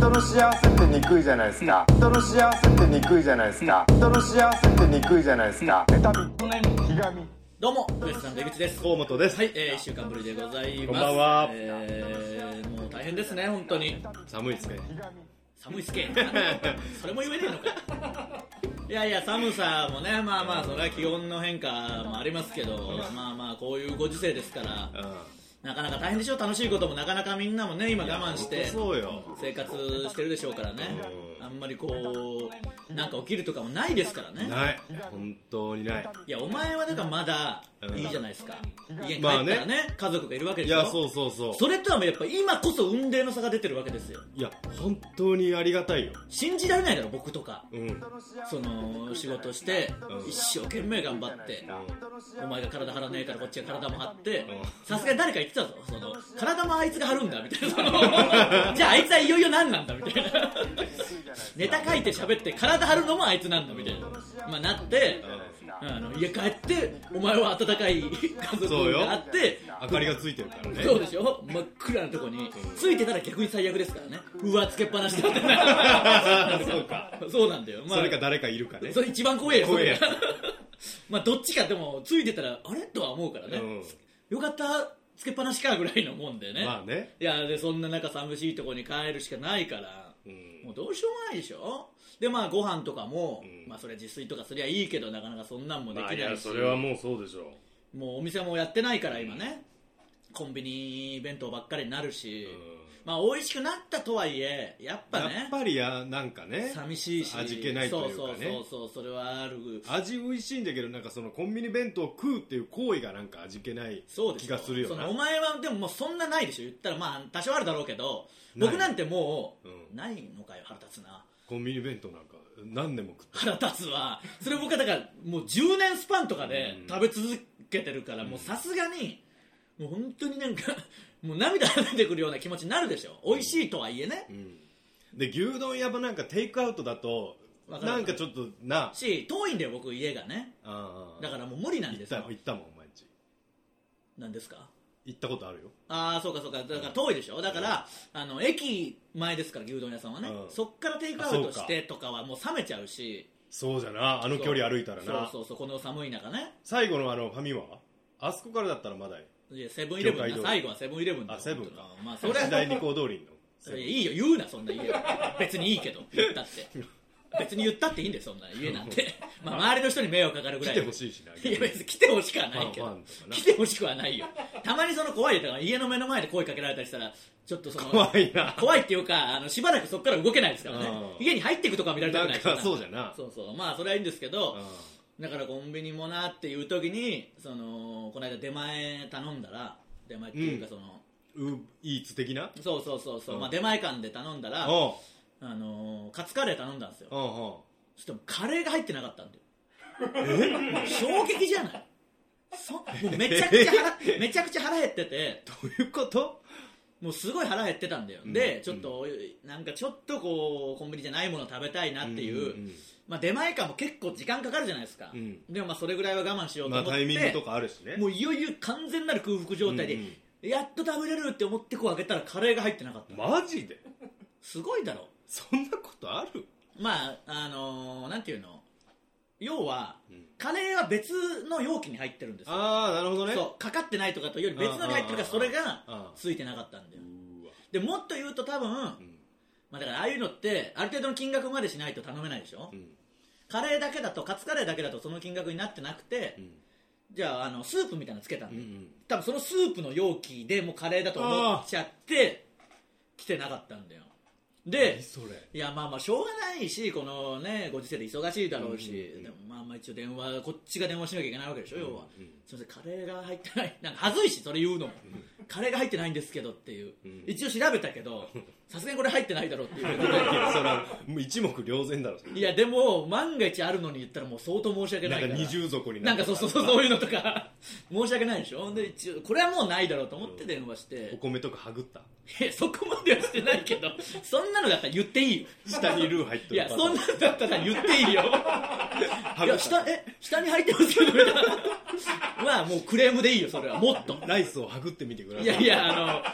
人の幸せってにくいじゃないですか。人の幸せってにくいじゃないですか。人の幸せってにくいじゃないですか。妬み、ひがみ。 どうもウエストランド井口です。 河本です。 はい、1週間ぶりでございます。 こんばんは。 もう大変ですね、本当に。 寒いですね。 寒いっすけそれも言えねえのかいやいや、寒さもね、まあまあそれは気温の変化もありますけど、まあまあこういうご時世ですから、なかなか大変でしょう。楽しいこともなかなかみんなもね今我慢して生活してるでしょうからね。あんまりこうなんか起きるとかもないですからね。 ない、本当にない。 いや、お前はだからまだいいじゃないですか、家に帰ったらね、家族がいるわけでしょ。 いや、そうそうそう。 それとはやっぱ今こそ雲泥の差が出てるわけですよ。 いや、本当にありがたいよ。 信じられないだろ、僕とか、その仕事して、一生懸命頑張って、お前が体張らねえからこっちが体も張って、さすがに誰か言ってたぞ、その体もあいつが張るんだみたいなじゃああいつはいよいよ何なんだみたいなネタ書いて喋って体張るのもあいつなんだみたいな、まあ、なって、家帰ってお前は温かい家族があって明かりがついてるからね。 そうでしょ、真っ暗なとこについてたら逆に最悪ですからね。つけっぱなしだってそうか、 そうなんだよ、 まあ、それか誰かいるかね。 それ一番怖いよ、怖いやまあどっちかでもついてたらあれとは思うからね、よかったつけっぱなしかぐらいのもんでね。 まあね。 いや、でそんな中寒しいところに帰るしかないから、もうどうしようもないでしょ。でまあご飯とかも、まあそれ自炊とかすりゃいいけどなかなかそんなんもできないし、 いやそれはもうそうでしょう。もうお店もやってないから今ね、コンビニ弁当ばっかりになるし、まあ美味しくなったとはいえやっぱりなんかね寂しいし味気ないというかね。 そうそれはある。 味美味しいんだけどなんかそのコンビニ弁当を食うっていう行為がなんか味気ない気がするよな。 お前はでももうそんなないでしょ。言ったらまあ多少あるだろうけど、僕なんてもうないのかよ。腹立つな。 コンビニ弁当なんか何年も食って腹立つわ。それ僕はだからもう10年スパンとかで食べ続けてるから、もうさすがにもう本当になんかもう涙が出てくるような気持ちになるでしょ。美味しいとはいえね、 で牛丼屋もなんかテイクアウトだとなんかちょっとなし、遠いんだよ僕家がね。だからもう無理なんですよ。 行ったもんお前んち。 何ですか。 行ったことあるよ。 ああそうかそうか。だから遠いでしょ。だから駅前ですから牛丼屋さんはね、そっからテイクアウトしてとかはもう冷めちゃうし。 そうじゃな、あの距離歩いたらな。 そうこの寒い中ね。 最後のファミマはあそこからだったらまだいやセブンイレブンな。最後はセブンイレブンだ。 あ、セブンか。 まあそれは時代二高通りの。 いいよ言うなそんな家別にいいけど言ったって別に言ったっていいんだよそんな家なんてまあ周りの人に迷惑かかるぐらい。 来てほしいしな。 いや別に来てほしくはないけど、来てほしくはないよ。たまにその怖いだから家の目の前で声かけられたりしたらちょっとその怖いな。 怖いっていうかしばらくそこから動けないですからね。家に入っていくとか見られたくないから。 なんかそうじゃな。 そうまあそれはいいんですけど、だからコンビニもなっていう時にこの間出前頼んだら、出前っていうかそのイーツ的な。 そう、まあ出前館で頼んだらカツカレー頼んだんですよ。そしてもカレーが入ってなかったんだよ。衝撃じゃない。もうめちゃくちゃ腹減ってて。 どういうこと。 もうすごい腹減ってたんだよ。でちょっとなんかちょっとこうコンビニじゃないもの食べたいなっていう、まあ出前館も結構時間かかるじゃないですか。でもまあそれぐらいは我慢しようと思って、 タイミングとかあるしね。 もういよいよ完全なる空腹状態で、やっと食べれるって思ってこう開けたらカレーが入ってなかった。 マジで。 すごいだろ。 そんなことある。 まあなんていうの、要は、カレーは別の容器に入ってるんですよ。 ああなるほどね。 そうかかってないとかというより別のに入ってるからそれがついてなかったんだよ。でもっと言うと多分、まあ、だからああいうのってある程度の金額までしないと頼めないでしょ。カレーだけだとカツカレーだけだとその金額になってなくて、じゃあスープみたいなのつけたんだよ。多分そのスープの容器でもうカレーだと思っちゃって来てなかったんだよ。でいやまあしょうがないしこのねご時世で忙しいだろうし、でもまあ一応電話こっちが電話しなきゃいけないわけでしょ、要は。すいませんカレーが入ってないなんか恥ずいしそれ言うのも、カレーが入ってないんですけどっていう、一応調べたけどさすがにこれ入ってないだろうっていうそれはもう一目瞭然だろ。 いやでも万が一あるのに言ったらもう相当申し訳ないから、 なんか二重底になんかそういうのとか申し訳ないでしょ。で一応これはもうないだろうと思って電話して、 お米とかはぐった。 いやそこまではしてないけどそんなのだったら言っていいよ。 下にルー入ってる。 いやそんなのだったら言っていいよ。いや下に入ってますけどみたいなまあもうクレームでいいよそれは。もっとライスをはぐってみてください。 いや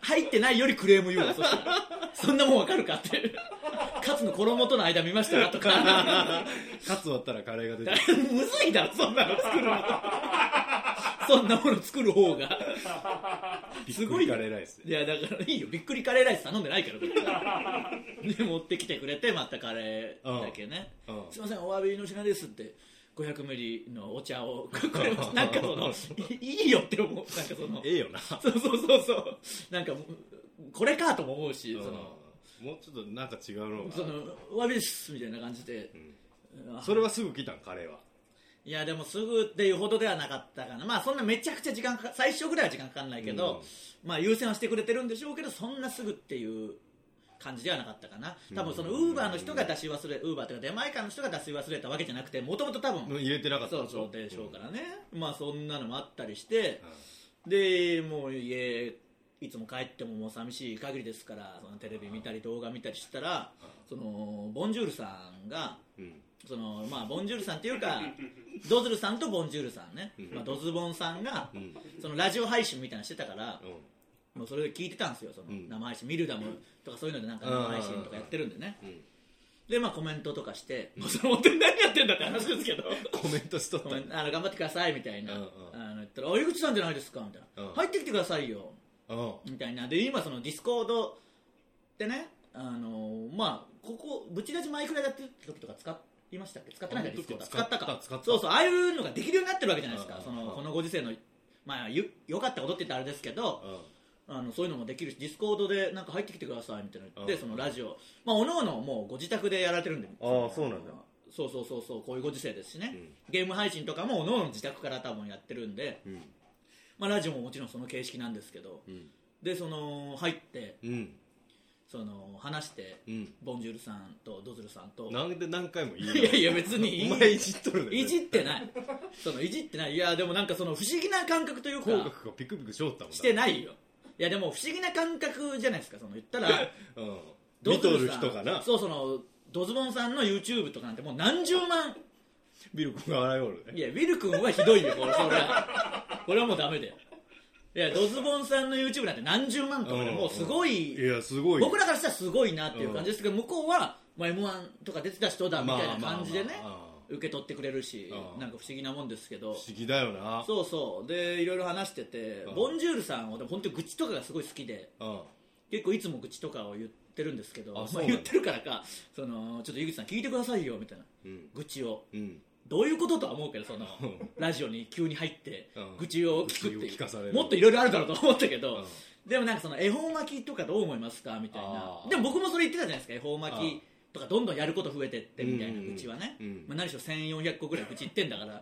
入ってないよりクレーム言うわ。そしたらそんなもんわかるかってカツの衣との間見ましたかとかカツ割ったらカレーが出てるむずいだろそんなの作るのそんなもの作る方がすごいびっくりカレーライス。 いやだからいいよ、びっくりカレーライス頼んでないからで持ってきてくれて、またカレーだけね、すいませんお詫びの品ですって500ミリのお茶をこれなんかそのいいよって思う。なんかそのええよな。 そうなんかこれかとも思うし、そのもうちょっとなんか違うのがそのお詫びですみたいな感じで、 それはすぐ来たんカレーは。 いやでもすぐっていうほどではなかったかな。まあそんなめちゃくちゃ時間かか最初ぐらいは時間かかんないけど、まあ優先はしてくれてるんでしょうけど、そんなすぐっていう感じではなかったかな。多分そのウーバーの人が出し忘れ、ウーバーというか出前館の人が出し忘れたわけじゃなくて、もともと多分入れてなかったそうでしょうからね、まあそんなのもあったりして、でもう家いつも帰ってももう寂しい限りですから、そのテレビ見たり動画見たりしたら、そのボンジュールさんが、そのまあボンジュールさんっていうかドズルさんとボンジュールさんね、まあ、ドズボンさんが、そのラジオ配信みたいなのしてたから、もうそれで聞いてたんですよ。その生配信ミルダムとかそういうのでなんか生配信とかやってるんでね、でまあコメントとかして、もうその本当に何やってんだって話ですけどコメントしとった頑張ってくださいみたいな、言ったら井口さんじゃないですかみたいな、入ってきてくださいよみたいな。で今そのディスコードでね、まあここブチラジマイクラやってる時とか使いましたっけ？使ってないかディスコード使ったか。そうああいうのができるようになってるわけじゃないですか。そのこのご時世のまあ良かったことって言ったらあれですけど、そういうのもできるし、ディスコードでなんか入ってきてくださいみたいな言って、そのラジオまあおのおのもうご自宅でやられてるんで、 そうなんだ。 そうこういうご時世ですしね、ゲーム配信とかもおのおの自宅から多分やってるんで、まあラジオももちろんその形式なんですけど、でその入って、その話して、ボンジュールさんとドズルさんとなんで何回も言うの？ いや別にお前いじっとるね。 いじってないいやでもなんかその不思議な感覚というか、 口角がピクピクしょったもんしてないよ。いやでも不思議な感覚じゃないですか。その言ったら、 見とる人がな、 そのドズボンさんの YouTube とかなんてもう何十万。 ビル君が笑いおるね。 いやビル君はひどいよこれはもうダメだよ。いやドズボンさんの YouTube なんて何十万とかでもうすごい、 いやすごい、 僕らからしたらすごいなっていう感じですけど、向こうは、まあ、M1 とか出てた人だみたいな感じでね、受け取ってくれるし、なんか不思議なもんですけど。 不思議だよな。 そうでいろいろ話してて、ボンジュールさんは本当に愚痴とかがすごい好きで、結構いつも愚痴とかを言ってるんですけど、まあ、言ってるからか、そのちょっと井口さん聞いてくださいよみたいな、愚痴を、どういうこととは思うけど、そのラジオに急に入って愚痴を聞くっていう、もっといろいろあるだろうと思ったけど、でもなんかその恵方巻きとかどう思いますかみたいな。でも僕もそれ言ってたじゃないですか。恵方巻きとかどんどんやること増えてってみたいな愚痴はね、まあ、何しろ1400個ぐらい愚痴言ってんだから、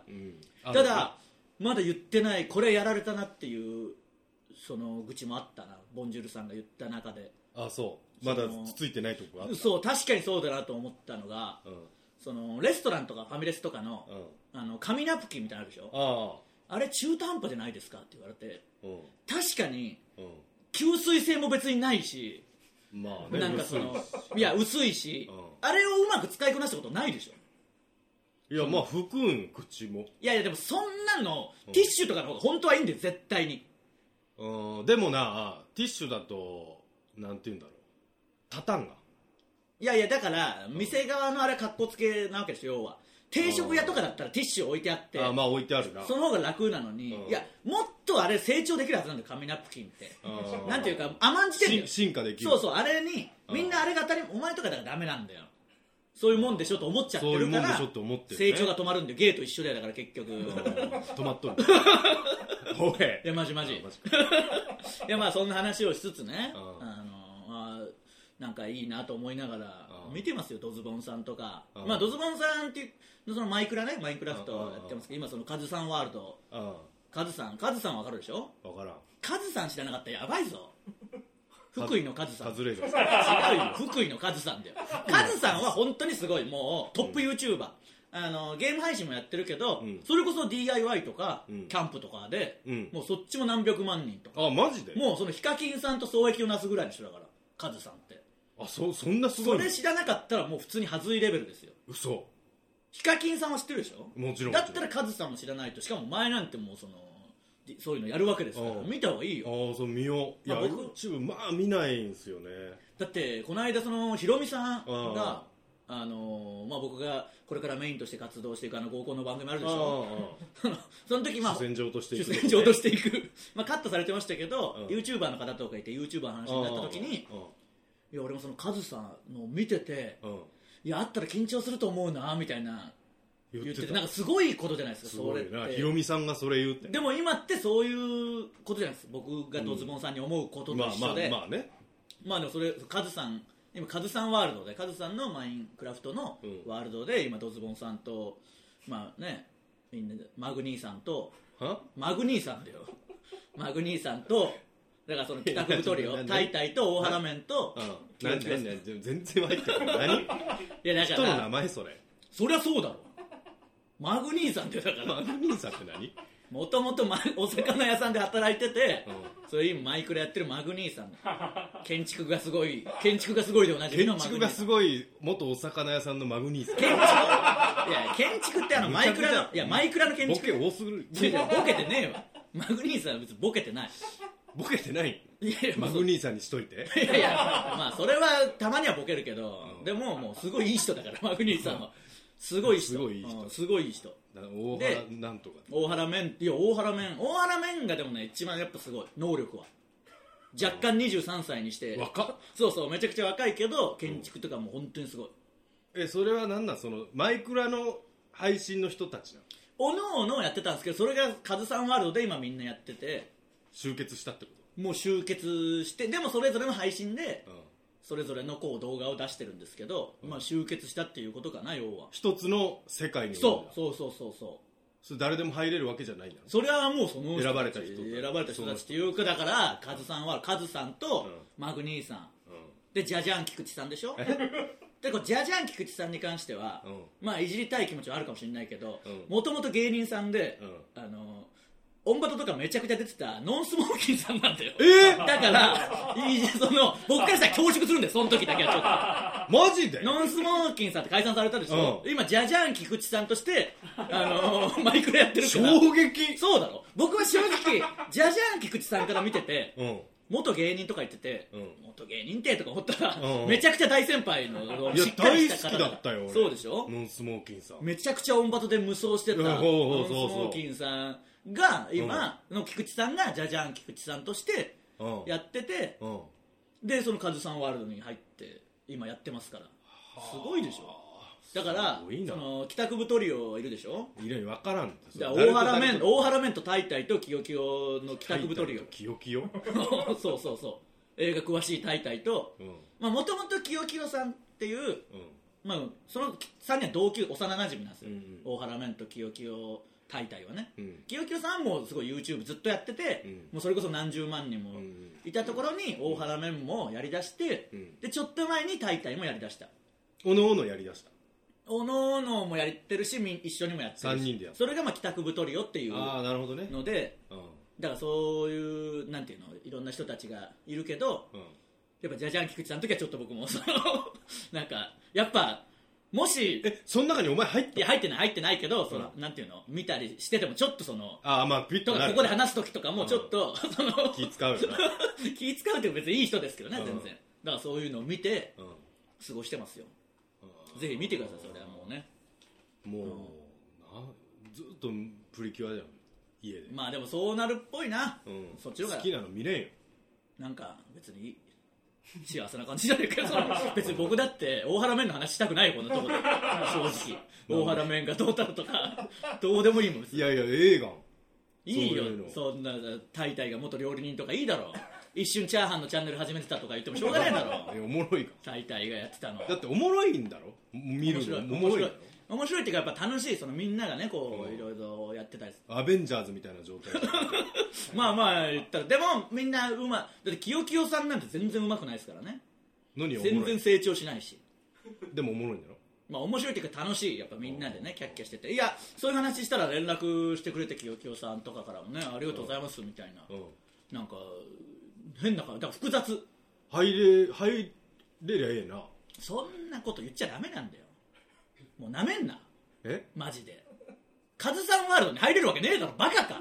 ただまだ言ってないこれやられたなっていうその愚痴もあったな、ボンジュールさんが言った中で。 そうまだついてないとこがあった。 そう確かにそうだなと思ったのが、そのレストランとかファミレスとかの、紙ナプキンみたいなのあるでしょ。あれ中途半端じゃないですかって言われて、確かに、吸水性も別にないし、 まあね、 なんかそのいや薄いし、あれをうまく使いこなしたことないでしょ。 いやまあ拭くん口も。 いやでもそんなの、ティッシュとかの方が本当はいいんだよ絶対に。 でもなティッシュだとなんて言うんだろう、タタンが。 いやだから店側のあれはかっこつけなわけですよ。要は定食屋とかだったらティッシュ置いてあって、 まあ置いてあるな、 その方が楽なのに、いやもっとあれ成長できるはずなんだよ紙ナプキンって。なんていうか甘んじてるんだよ、 進化できる。 そうあれにみんなあれが当たりお前とかだからダメなんだよ、そういうもんでしょと思っちゃってるから、成長が止まるんで、ゲーと一緒だよだから結局止まっとるおい、 いやマジいやまあそんな話をしつつね、なんかいいなと思いながら見てますよ、ドズボンさんとか。まあドズボンさんっていうそのマイクラフトやってますけど、今そのカズさんワールド、カズさんわかるでしょ。 わからん。 カズさん知らなかったらやばいぞ。福井のカズさん。 違うよ、 福井のカズさんだよ。カズさんは本当にすごい、もうトップ YouTuber、ゲーム配信もやってるけど、それこそ DIY とか、キャンプとかで、もうそっちも何百万人とか。 マジで。 もうそのヒカキンさんと双璧をなすぐらいの人だから、カズさんって。 そんなすごい。 それ知らなかったらもう普通に恥ずいレベルですよ。 嘘。 ヒカキンさんは知ってるでしょ。 もちろん。 だったらカズさんも知らないと。しかも前なんてもうそのそういうのやるわけですから見た方がいいよ。 ああ、そう見よう。いや、YouTube 見ないんですよね。 だってこの間そのひろみさんが僕がこれからメインとして活動していく合コンの番組あるでしょ。その時主戦場としていくカットされてましたけど、YouTuber の方とかいて YouTuber の話になった時に、いや俺もそのカズさんの見てて、いやあったら緊張すると思うなみたいな言ってて、なんかすごいことじゃないですか。 すごいな、 それってひろみさんがそれ言うって。 でも今ってそういうことじゃないです。僕がドズボンさんに思うことと一緒で、 まあね、 まあでもそれカズさん今カズさんワールドでカズさんのマインクラフトのワールドで今ドズボンさんとまあねみんなマグニーさんとマグニーさんだよマグニーさんとだからその帰宅部トリオタイタイと大原麺と全然入ってる何いやだから人の名前それそりゃそうだろマグニーさんってだからマグニーさんって何もともとお魚屋さんで働いてて、それ今マイクラやってるマグニーさん建築がすごいでおなじみのマグニーさん。建築がすごい元お魚屋さんのマグニーさん。 建築ってマイクラの建築ボケ多すぎる。 ボケてねえわ。マグニーさんは別にボケてない。 ボケてない。マグニーさんにしといて。 まあそれはたまにはボケるけど、でももうすごいいい人だからマグニーさんは。すごい人。すごいいい人。 大原なんとか。 大原麺がでもね一番やっぱすごい能力は。若干23歳にして若っ。 そうめちゃくちゃ若いけど建築とかも本当にすごい。 それはなんそのマイクラの配信の人たちなの。 おのおのやってたんですけど、それがカズさんワールドで今みんなやってて集結したってこと。 もう集結して、でもそれぞれの配信で、それぞれのこう動画を出してるんですけど、まあ集結したっていうことかな。要は一つの世界に。 そうそれ誰でも入れるわけじゃないんだ。 それはもうその選ばれた人たちっていうか、だからカズさんはカズさんとマグニーさん、でジャジャン菊池さんでしょ。でこうジャジャン菊池さんに関しては、まあいじりたい気持ちはあるかもしれないけど、もともと芸人さんで、オンバトとかめちゃくちゃ出てたノンスモーキンさんなんだよ。だから僕からしたら恐縮するんだよ、その時だけはちょっとマジでノンスモーキンさんって解散されたでしょ、今ジャジャン菊池さんとしてマイクラやってるから。 衝撃。 そうだろ。僕は正直ジャジャン菊池さんから見てて、元芸人とか言ってて、元芸人ってとか思ったら、めちゃくちゃ大先輩のしっかりした方大好きだったよ。 そうでしょ。 ノンスモーキンさんめちゃくちゃオンバトで無双してたノンスモーキンさんが今の菊池さんがジャジャン菊池さんとしてやってて、でそのカズさんワールドに入って今やってますから。すごいでしょ。だからその帰宅部トリオいるでしょ。 いるに分からん。 大原麺とタイタイとキヨキヨの帰宅部トリオ。 キヨキヨそう映画詳しいタイタイと、もともとキヨキヨさんっていう、その3人は同級幼なじみなんですよ。大原麺とキヨキヨタイタイはね、キヨキヨさんもすごい YouTube ずっとやってて、もうそれこそ何十万人もいたところに大原麺もやりだして、でちょっと前にタイタイもやりだした。 おのおのやりだした。 おのおのもやってるし一緒にもやってるし、 3人でやってる。 それが帰宅部トリオっていうので、だからそういうなんていうの、いろんな人たちがいるけど、やっぱジャジャン菊池さんの時はちょっと僕もなんかやっぱもしその中にお前入った？ いや入ってないけど、なんていうの見たりしててもちょっとピッとかここで話す時とかもちょっと気使うよな。 気使うって別にいい人ですけどね、全然。だからそういうのを見て過ごしてますよ。ぜひ見てください。それはもうね、 もうずっとプリキュアじゃん家で。 まあでもそうなるっぽいな。そっちの方が好きなの見れんよ。 なんか別に幸せな感じじゃねえかよ。別に僕だって大原麺の話したくないよこんなところで。正直大原麺がどうたらとかどうでもいいもん。 いや映画いいよ、そんなタイタイが元料理人とかいいだろう。一瞬チャーハンのチャンネル始めてたとか言ってもしょうがないだろう。 おもろいか。 タイタイがやってたのだっておもろいんだろ。見るの面白いっていうかやっぱ楽しい。みんながねこういろいろやってたり。 アベンジャーズみたいな状態。 まあ言ったらでもみんなだってキヨキヨさんなんて全然うまくないですからね。全然成長しないし。 でもおもろいんだろ。 まあ面白いっていうか楽しい。やっぱみんなでねキャッキャしてて、いやそういう話したら連絡してくれて、キヨキヨさんとかからもねありがとうございますみたいな、なんか変なだから複雑。 入れりゃええな。 そんなこと言っちゃダメなんだよ。もうなめんな。マジでカズさんワールドに入れるわけねえだろバカか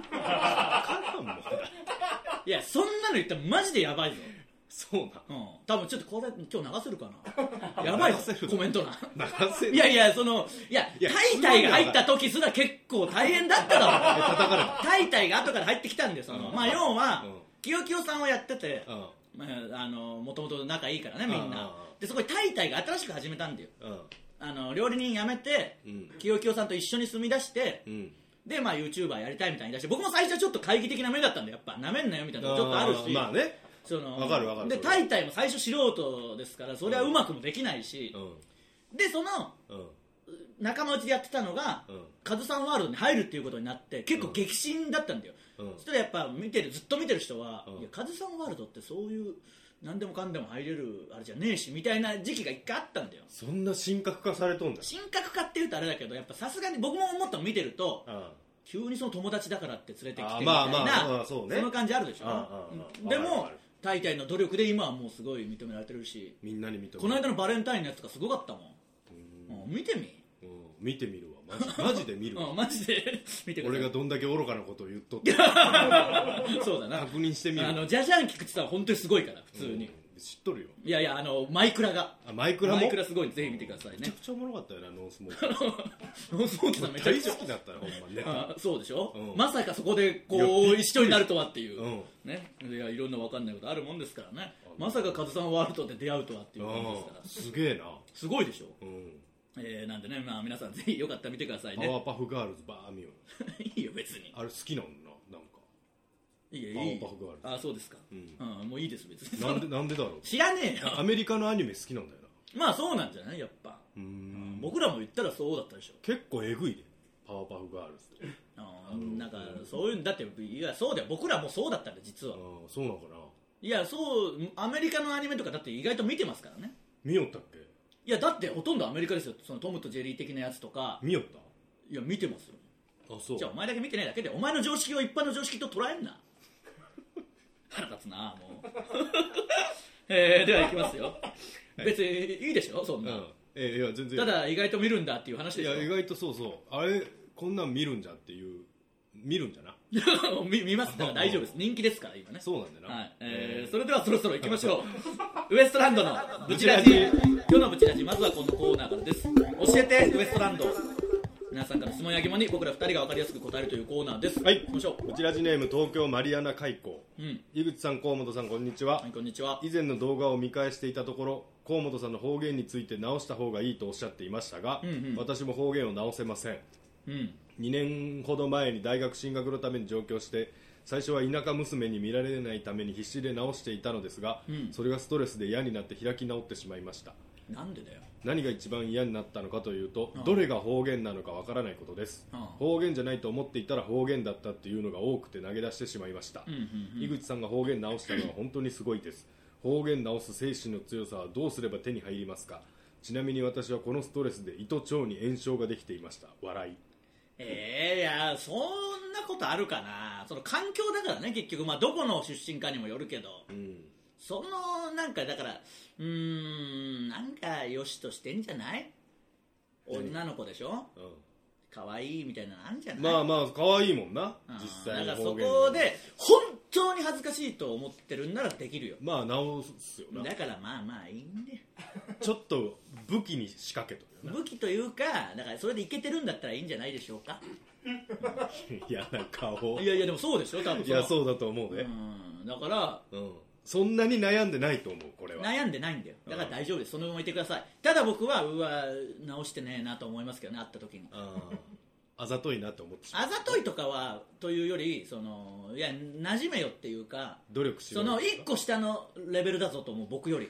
いやそんなの言ったらマジでやばいぞ。 そうな、 多分ちょっとこれ今日流せるかなやばいぞコメント欄流せる。 いやいやタイタイが入った時すら結構大変だっただろ叩かれた。 タイタイが後から入ってきたんでまあ要はキヨキヨさんをやっててもともと仲いいからねみんなでそこにタイタイが新しく始めたんだよ。料理人辞めてキヨキヨさんと一緒に住み出してでまあ YouTuber やりたいみたいに出して僕も最初はちょっと懐疑的な目だったんでやっぱなめんなよみたいなのちょっとあるしまあねわかるでタイタイも最初素人ですからそれはうまくもできないしでその仲間内でやってたのがカズさんワールドに入るっていうことになって結構激震だったんだよ。そしたらやっぱずっと見てる人はいやカズさんワールドってそういう何でもかんでも入れるあれじゃねえしみたいな時期が一回あったんだよ。 そんな神格化されとんだ。 神格化っていうとあれだけどやっぱさすがに僕も思ったの見てると急にその友達だからって連れてきてみたいなその感じあるでしょ。でもタイタイの努力で今はもうすごい認められてるしみんなに認められてる。 この間のバレンタインのやつとかすごかったもん。見てみ見てみるわマジで見るわマジで見てください。 俺がどんだけ愚かなことを言っとってそうだな確認してみる。 ジャジャン菊池さんは本当にすごいから普通に知っとるよ。 いやマイクラがマイクラすごいぜひ見てくださいね。 めちゃくちゃおもろかったよなノースモークノースモークさんめちゃくちゃ大好きだったよほんまねそうでしょまさかそこでこう一緒になるとはっていうねいやいろんな分かんないことあるもんですからね。まさかカズさんワールドで出会うとはっていう感じですからすげえなすごいでしょ。なんでねまあ皆さんぜひよかったら見てくださいね。 パワーパフガールズバー見よういいよ別にあれ好きなんだなんかいいパワーパフガールズあそうですかもういいです別になんでだろう知らねえよアメリカのアニメ好きなんだよな。まあそうなんじゃないやっぱ僕らも言ったらそうだったでしょ。 結構えぐいでパワーパフガールズってなんかそういうんだっていやそうだよ僕らもそうだったんだ実は。 そうなのかないやそうアメリカのアニメとかだって意外と見てますからね。 見よったっけ。 いやだってほとんどアメリカですよ。そのトムとジェリー的なやつとか見よった。 いや見てますよ。 あそう。 じゃあお前だけ見てないだけでお前の常識を一般の常識と捉えんな腹立つなもうではいきますよ、別にいいでしょそんな、いや全然ただ意外と見るんだっていう話でしょ。 いや意外とそうあれこんなん見るんじゃっていう見るんじゃな見ますから大丈夫です人気ですから今ね。 そうなんだよな、 はいそれではそろそろ行きましょうウエストランドのブチラジ今日のブチラジまずはこのコーナーからです。教えてウエストランド皆さんから質問や疑問に僕ら2人が分かりやすく答えるというコーナーです。 はい行きましょう。 ブチラジネーム東京マリアナ海溝、井口さん河本さんこんにちは。 はいこんにちは。 以前の動画を見返していたところ河本さんの方言について直した方がいいとおっしゃっていましたが、私も方言を直せません。2年ほど前に大学進学のために上京して最初は田舎娘に見られないために必死で直していたのですが、それがストレスで嫌になって開き直ってしまいました。 なんでだよ。 何が一番嫌になったのかというと、どれが方言なのかわからないことです。方言じゃないと思っていたら方言だったっていうのが多くて投げ出してしまいました。井口さんが方言直したのは本当にすごいです。方言直す精神の強さはどうすれば手に入りますか。ちなみに私はこのストレスで胃と腸に炎症ができていました。笑い。 いやそんなことあるかな。その環境だからね結局、どこの出身かにもよるけど、そのなんかだからなんかよしとしてんじゃない。女の子でしょ、可愛いみたいなのあるんじゃない。 まあ可愛いもんな実際だからそこで本当に恥ずかしいと思ってるんならできるよ。 直すよな。 だからまあいいんでちょっと武器に仕掛けとるよな。 武器というかだからそれでいけてるんだったらいいんじゃないでしょうか。 嫌な顔。 いやでもそうでしょ多分。 いやそうだと思うね。 だから、 そんなに悩んでないと思う。これは悩んでないんだよ。だから大丈夫です。そのままいてください。ただ僕は直してねえなと思いますけどね。会った時にあざといなと思ってしまう。 あざといとかはというよりいや馴染めよっていうか努力しよう。 その1個下のレベルだぞと思う僕より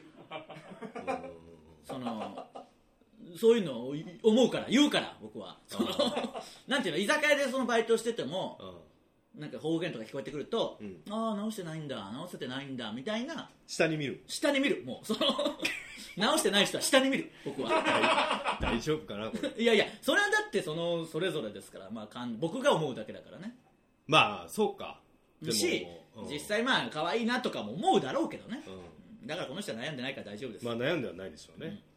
そういうのを思うから言うから僕はなんていうの居酒屋でそのバイトしててもなんか方言とか聞こえてくると、直してないんだ直せてないんだみたいな下に見るもう直してない人は下に見る僕は大丈夫かなこれ。 いやそれはだってそれぞれですから、僕が思うだけだからね。 そうか。でもし、実際可愛いなとかも思うだろうけどね、だからこの人は悩んでないから大丈夫です。 悩んではないでしょうね、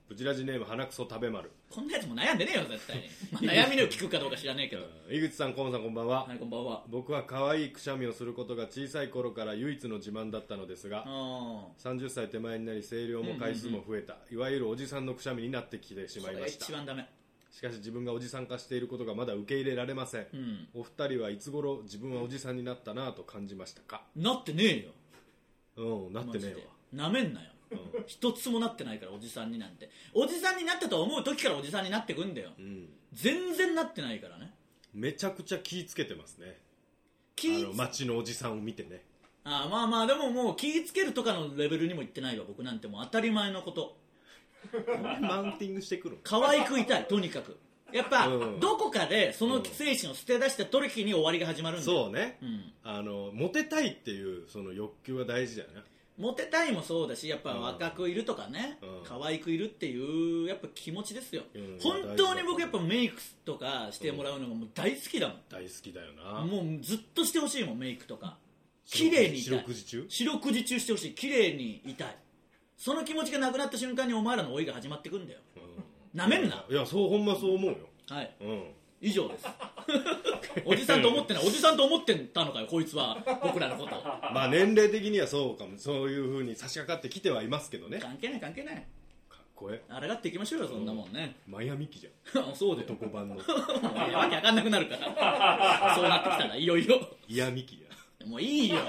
ブチラジネーム鼻くそ食べ丸。 こんなやつも悩んでねえよ絶対に、まあ、悩みの聞くかどうか知らねえけど。 井口さん、河野さん、こんばんは。 はい、こんばんは。 僕は可愛いくしゃみをすることが小さい頃から唯一の自慢だったのですが、30歳手前になり声量も回数も増えた、いわゆるおじさんのくしゃみになってきてしまいました。 それ一番ダメ。 しかし自分がおじさん化していることがまだ受け入れられません、お二人はいつ頃自分はおじさんになったなぁと感じましたか？ なってねえよ。なってねえわ。なめんなよ。一つもなってないから、おじさんになんて。おじさんになったと思う時からおじさんになってくんだよ、全然なってないからね。 めちゃくちゃ気ぃつけてますね。街のおじさんを見てね。 まあまあ、でももう気ぃつけるとかのレベルにもいってないわ。僕なんてもう当たり前のこと。 マウンティングしてくる。 可愛くいたい、とにかく。やっぱ、どこかでその精神を捨て出した時に終わりが始まるんだよ。 そうね、モテたいっていうその欲求は大事だよね。 モテたいもそうだし、やっぱ若くいるとかね、可愛くいるっていうやっぱ気持ちですよ、本当に僕やっぱメイクとかしてもらうのがもう大好きだもん、 大好きだよな。 もうずっとしてほしいもん、メイクとか綺麗にいたい。四六時中してほしい、綺麗にいたい。その気持ちがなくなった瞬間にお前らの老いが始まってくんだよ、なめんな。 いや、そう、ほんまそう思うよ。 はい、以上ですおじさんと思ってない、おじさんと思ってたのかよこいつは、僕らのこと。 まあ年齢的にはそうかも、そういう風に差し掛かってきてはいますけどね。 関係ない関係ない、 かっこええ。 抗っていきましょうよ、そんなもんね。 マヤミキじゃんそうだよ、 男版のわけわかんなくなるからそうなってきたらいよいよイヤミキや。 もういいよ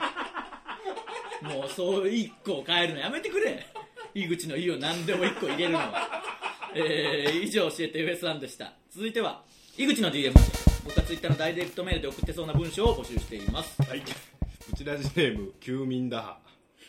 もうそう一個を変えるのやめてくれ。井口の「い」を何でも一個入れるのは以上教えてウエストランドでした。続いては井口の DM。 僕はツイッターのダイレクトメールで送ってそうな文章を募集しています。 はい、ブチラジネーム休眠打破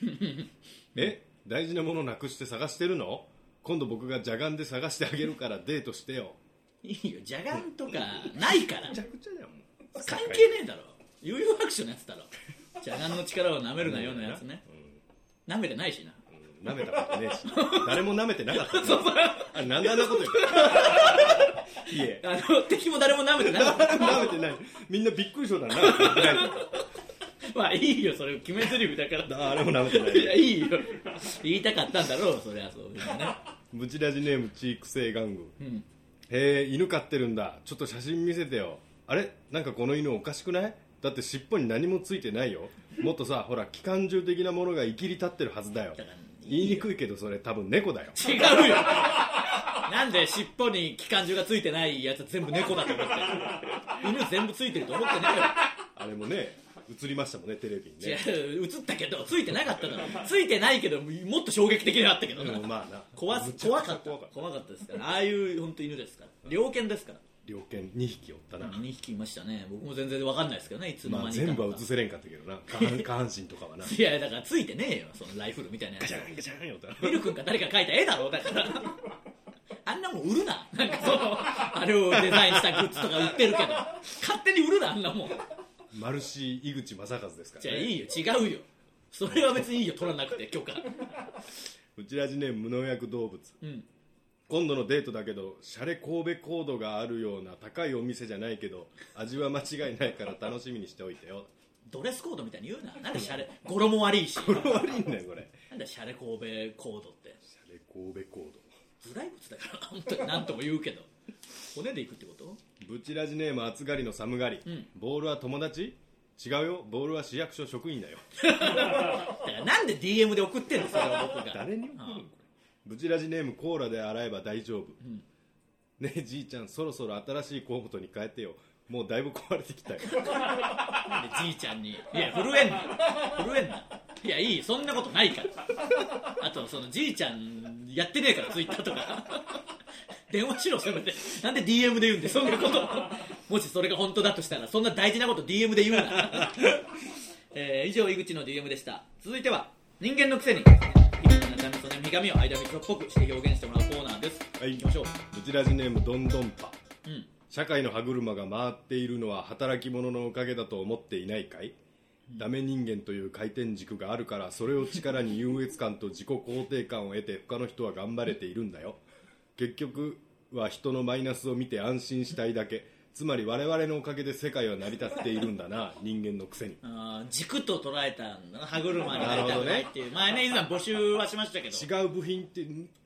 大事なものなくして探してるの？今度僕が邪眼で探してあげるからデートしてよ。 いいよ、邪眼とかないからめちゃくちゃだよ、もう関係ねえだろ、悠々白書のやつだろ邪眼の力を舐めるなよのやつね、舐めてないしな、 舐めたことねえし誰も舐めてなかったあれなんであんなこと言ういえ敵も誰も舐めてなかった舐めてない、みんなびっくりしそうだなまあいいよ、それ決め台詞だから誰も舐めてない。 いや、いいよ、言いたかったんだろう、そりゃそういうね。 ブチラジネームチーク性玩具、へえ、犬飼ってるんだ、ちょっと写真見せてよ。あれ、なんかこの犬おかしくない？だって尻尾に何もついてないよ。もっとさ、ほら機関銃的なものが生きり立ってるはずだよ。言いにくいけどそれ多分猫だよ。 違うよなんで尻尾に機関銃がついてないやつ全部猫だと思ってる。犬全部ついてると思ってないよ。 あれもね、映りましたもんね、テレビにね。 違う、映ったけどついてなかっただろ。ついてないけどもっと衝撃的であったけどな、 まあな、 怖かったですから、ああいう本当犬ですから、猟犬ですから。 猟犬2匹おったな。 2匹いましたね。僕も全然分かんないですけどね、いつの間にか、 全部は映せれんかったけどな、下半身とかはな。 いやだからついてねえよ、そのライフルみたいなやつ。 ガチャンガチャンよったビル君か誰か描いた絵だろ、だからあんなもん売るな、なんかそのあれをデザインしたグッズとか売ってるけど勝手に売るな、あんなもん。 マルシー井口正和ですからね。 じゃあいいよ、違うよ、それは別にいいよ、取らなくて許可。 うちらじネーム無農薬動物、今度のデートだけどシャレ神戸コードがあるような高いお店じゃないけど味は間違いないから楽しみにしておいてよ。 ドレスコードみたいに言うな。なんでシャレ、語呂も悪いし。 語呂悪いんだよこれ。 なんでシャレ神戸コードって。 シャレ神戸コードブライブツだから本当に何とも言うけど骨でいくってこと？ ブチラジネーム暑がりの寒がり、ボールは友達？違うよ、ボールは市役所職員だよ。 だからなんで DM で送ってんの、それを僕が。 誰に送るのこれ。ブチラジネームコーラで洗えば大丈夫、ねえじいちゃん、そろそろ新しいコートに変えてよ、もうだいぶ壊れてきたよ。 なんでじいちゃんに、いや震えんな、いやいい、そんなことないから。あとそのじいちゃんやってねえから、ツイッターとか電話しろ、せめて。なんで DM で言うんで、そんなこと。もしそれが本当だとしたら、そんな大事なこと DM で言うな。以上、井口の DM でした。続いては人間のくせに見髪を間光っぽくして表現してもらうコーナーです。 はい、 行きましょう。 ブチラジネームどんどんぱ、社会の歯車が回っているのは働き者のおかげだと思っていないかい、ダメ人間という回転軸があるから、それを力に優越感と自己肯定感を得て他の人は頑張れているんだよ。結局は人のマイナスを見て安心したいだけ。つまり我々のおかげで世界は成り立っているんだな、人間のくせに。 軸と捉えたんだな、歯車になりたくないっていう、前ね以前募集はしましたけど、 違う部品って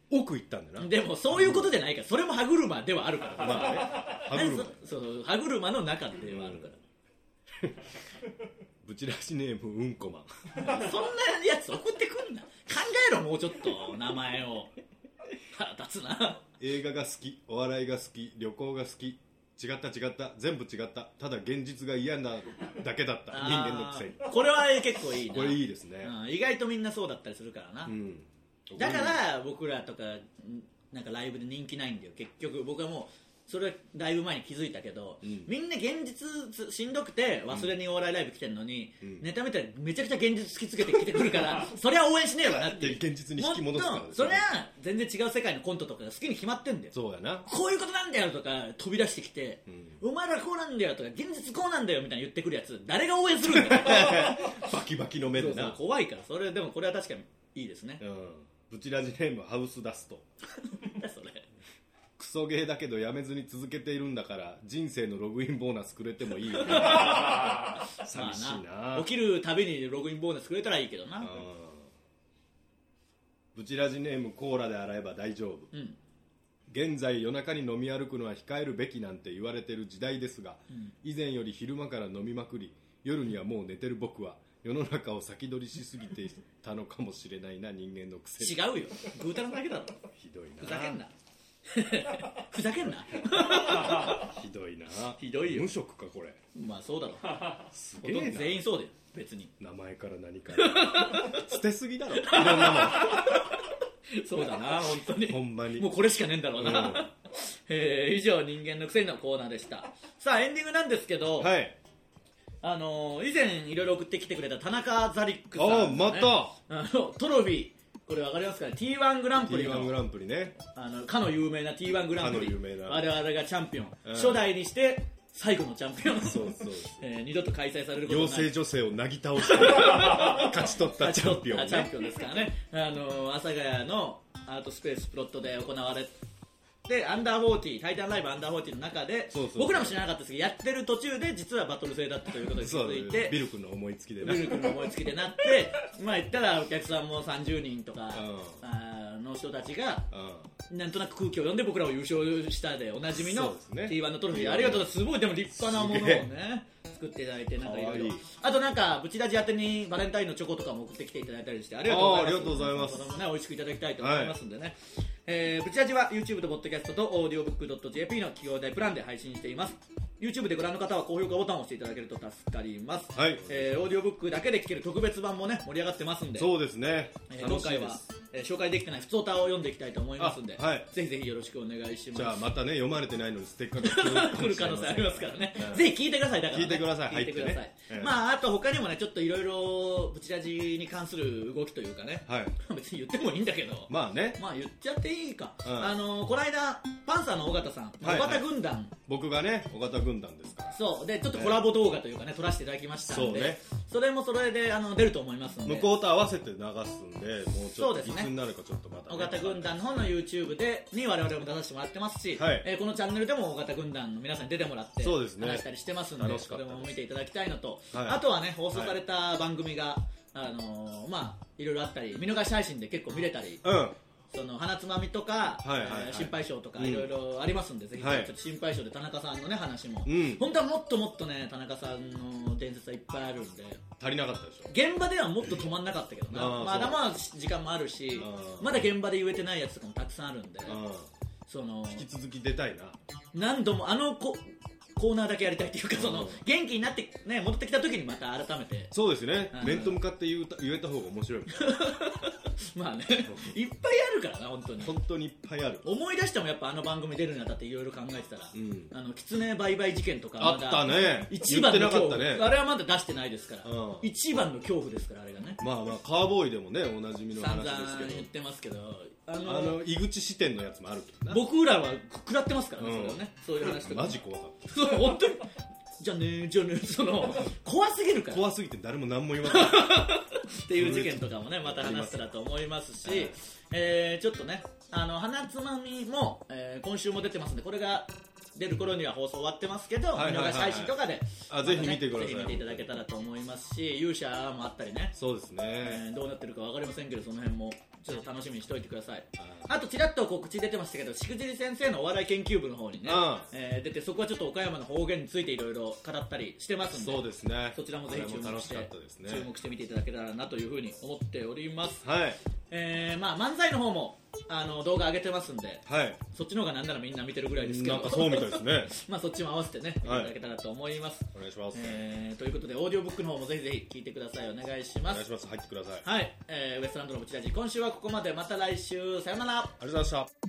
奥行ったんだな。 でもそういうことじゃないから、それも歯車ではあるから、 まあね、歯車そう歯車の中ではあるから、 ブチラジネームうんこマン。 そんなやつ送ってくんな、考えろもうちょっと名前を。腹立つな。 映画が好き、お笑いが好き、旅行が好き、違った全部違った、ただ現実が嫌なだけだった人間のくせに。 これは結構いいな。 これいいですね、 意外とみんなそうだったりするからな、だから僕らとかなんかライブで人気ないんだよ結局。僕はもうそれだいぶ前に気づいたけど、みんな現実しんどくて忘れにお笑いライブ来てるのに、ネタ見たらめちゃくちゃ現実突きつけてきてくるからそれは応援しねえわなって現実に引き戻すから、ね、 それは全然違う世界のコントとかが好きに決まってんだよ。 そうやな、 こういうことなんだよとか飛び出してきて、お前らこうなんだよとか現実こうなんだよみたいな言ってくるやつ誰が応援するんだよバキバキの目でな。 そう怖いから。それでもこれは確かにいいですね、 ブチラジネームハウスダスト。 それクソゲーだけどやめずに続けているんだから人生のログインボーナスくれてもいいよ、ね、寂しいな。 起きるたびにログインボーナスくれたらいいけどな。 ブチラジネームコーラで洗えば大丈夫、現在夜中に飲み歩くのは控えるべきなんて言われてる時代ですが、以前より昼間から飲みまくり夜にはもう寝てる僕は世の中を先取りしすぎてたのかもしれないな人間のくせに。 違うよ、ぐうたらだけだろ。 ひどいな。 ふざけんなふざけんなひどいな。 ひどいよ。 無職かこれ。 まあそうだろすげえな。 ほとんど全員そうだよ別に。 名前から何から捨てすぎだろいろんなもんそうだな本当に。 ほんまにもうこれしかねえんだろうな、以上人間のくせにのコーナーでした。さあエンディングなんですけど、 はい、 以前いろいろ送ってきてくれた田中ザリックさん、ね、 またトロフィー、これ分かりますかね、 T1 グランプリの T1 グランプリね、 かの有名な T1 グランプリ、我々がチャンピオン、初代にして最後のチャンピオン、 そう二度と開催されることない妖精女性をなぎ倒して勝ち取ったチャンピオン、ね、 チャンピオンですからね。阿佐ヶ谷のアートスペースプロットで行われでアンダー40タイタンライブアンダー40の中で、僕らも知らなかったですけどやってる途中で実はバトル制だったということに気づいて、 ビル君の思いつきでな、ビル君の思いつきでなってまあ言ったらお客さんも30人とかの人たちがなんとなく空気を読んで僕らを優勝したでおなじみの T1 のトロフィー、ありがとうございます。すごいでも立派なものをね作っていただいて、なんかいろいろ、あとなんかブチラジ宛てにバレンタインのチョコとかも送ってきていただいたりしてありがとうございます。これもね美味しくいただきたいと思いますんでね、ブチラジは YouTube とポッドキャストとオーディオブック .jp の企業大プランで配信しています。 YouTube でご覧の方は高評価ボタンを押していただけると助かります、オーディオブックだけで聴ける特別版もね盛り上がってますんで、 そうですね、 今回は紹介できてない普通歌を読んでいきたいと思いますんで、ぜひぜひよろしくお願いします。 じゃあまたね読まれてないのにステッカーが来る可能性ありますからね、ぜひ聞いてください。だから、ね、 聞いてください、 聞いてください、まああと他にもねちょっといろいろブチラジに関する動きというかね、別に言ってもいいんだけど、まあ言っちゃっていいか、この間パンサーの尾形さん、尾形軍団、 僕がね尾形軍団ですから、 そうでちょっとコラボ動画というかね撮らせていただきましたんで、それもそれで出ると思いますんで、 向こうと合わせて流すんで、もうちょっといつになるかちょっとまた、 尾形軍団の方の YouTube に我々も出させてもらってますし、このチャンネルでも尾形軍団の皆さんに出てもらって話したりしてますんで、それも見ていただきたいのと、あとはね放送された番組がまあいろいろあったり、見逃し配信で結構見れたり、その花つまみとか心配性とかいろいろありますんで、ぜひちょっと心配性で田中さんのね話も、本当はもっともっとね田中さんの伝説はいっぱいあるんで、 足りなかったでしょ。 現場ではもっと止まんなかったけどな、まだまだ時間もあるし、まだ現場で言えてないやつとかもたくさんあるんで、その引き続き出たいな。 何度もコーナーだけやりたいっていうか、その元気になってね戻ってきた時にまた改めて、 そうですね、面と向かって言えた方が面白いまあねいっぱいあるからな、 本当にいっぱいある。 思い出してもやっぱ番組出るにあたっていろいろ考えてたら、狐売買事件とかあったね、 一番の恐怖、 ね、 あれはまだ出してないですから、一番の恐怖ですから、あれがね。 まあカーボーイでもねおなじみの話ですけど、 散々言ってますけど、 井口支店のやつもあるけどな、 僕らは食らってますからね、それはね、そういう話とかマジ怖かった。 そう本当にじゃあねその怖すぎるから、 怖すぎて誰も何も言わないっていう事件とかもねまた話したらと思いますし、ちょっとね花つまみも、今週も出てますんで、これが出る頃には放送終わってますけど、見逃し配信とかでぜひ見てください。 ぜひ見ていただけたらと思いますし、勇者もあったりね、 そうですね、 どうなってるか分かりませんけど、その辺もちょっと楽しみにしておいてください。あとちらっと告知出てましたけど、しくじり先生のお笑い研究部の方にね、出て、そこはちょっと岡山の方言についていろいろ語ったりしてますんで、 そうですね、 そちらもぜひ注目してみていただけたらなというふうに思っております。 はい。 まあ漫才の方も動画上げてますんで、 はい、 そっちの方がなんならみんな見てるぐらいですけど、 なんかそうみたいですねまあそっちも合わせてね見ていただけたらと思います、 お願いします。 ということでオーディオブックの方もぜひぜひ聞いてください。お願いします。 お願いします。入ってください。 はい、ウエストランドのブチラジ、今週はここまで。また来週、さよなら。 ありがとうございました。